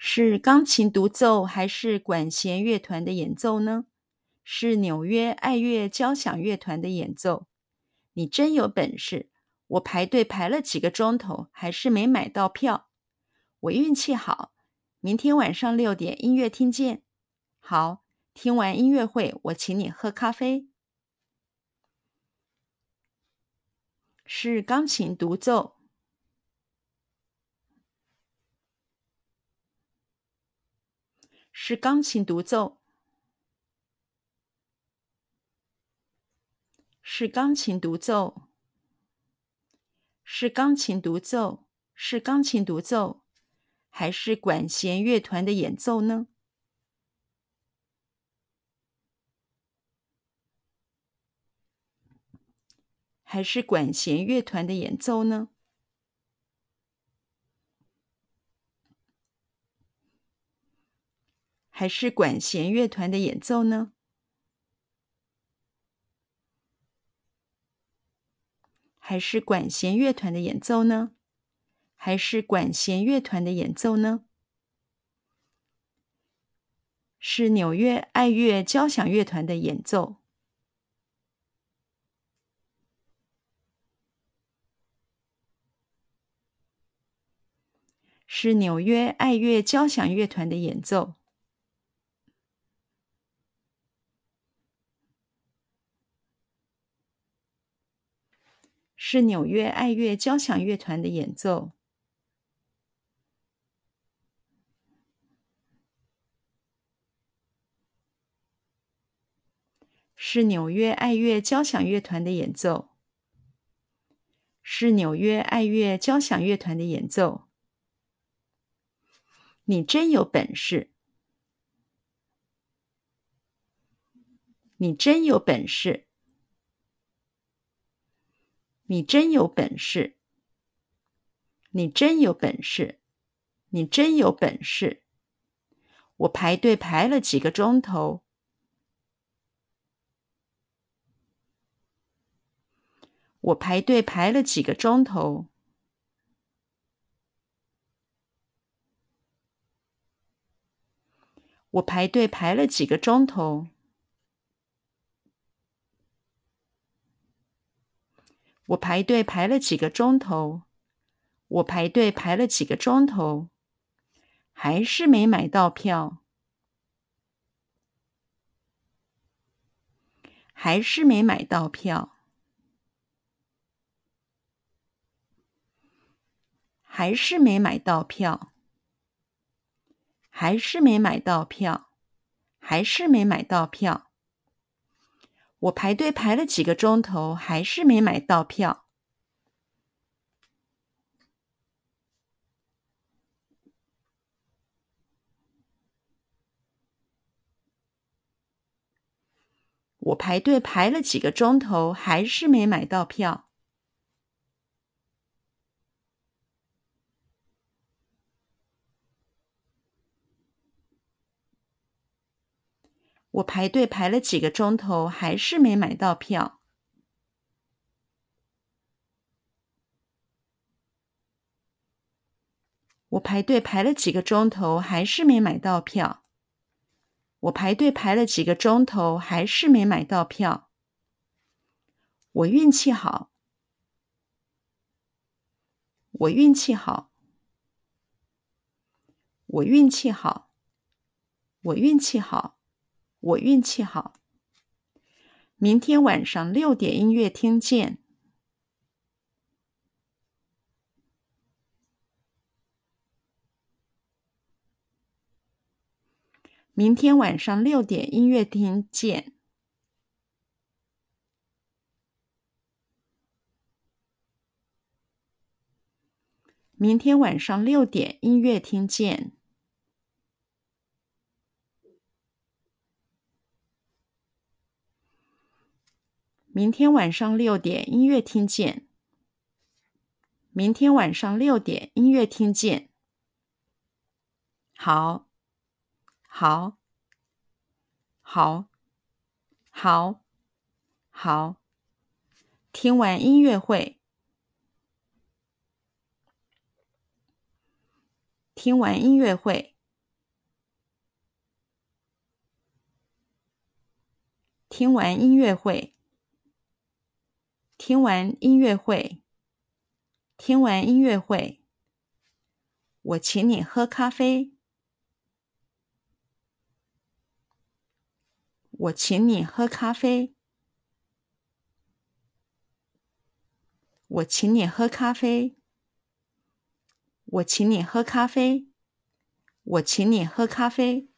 是钢琴独奏还是管弦乐团的演奏呢？是纽约爱乐交响乐团的演奏。你真有本事，我排队排了几个钟头，还是没买到票。我运气好，明天晚上6点音乐厅见。好，听完音乐会，我请你喝咖啡。是钢琴独奏。是钢琴独奏。是钢琴独奏。是钢琴独奏。是钢琴独奏，还是管弦乐团的演奏呢？还是管弦乐团的演奏呢？还是管弦乐团的演奏呢？还是管弦乐团的演奏呢？还是管弦乐团的演奏呢？是纽约爱乐交响乐团的演奏。是纽约爱乐交响乐团的演奏。是纽约爱乐交响乐团的演奏。是纽约爱乐交响乐团的演奏。是纽约爱乐交响乐团的演奏。你真有本事。你真有本事。你真有本事。你真有本事。你真有本事。我排队排了几个钟头。我排队排了几个钟头。我排队排了几个钟头。我排队排了几个钟头。我排队排了几个钟头，还是没买到票。还是没买到票。还是没买到票。还是没买到票。还是没买到票。我排队排了几个钟头，还是没买到票。我排队排了几个钟头，还是没买到票。我排队排了几个钟头，还是没买到票。我排队排了几个钟头，还是没买到票。我排队排了几个钟头，还是没买到票。我运气好。我运气好。我运气好。我运气好。我运气好。明天晚上6点音乐厅见。明天晚上6点音乐厅见。明天晚上6点音乐厅见。明天晚上6点音乐厅见。明天晚上6点音乐厅见。好，好，好，好，好。听完音乐会。听完音乐会。 听完音乐会，听完音乐会，听完音乐会。我请你喝咖啡，我请你喝咖啡，我请你喝咖啡，我请你喝咖啡，我请你喝咖啡。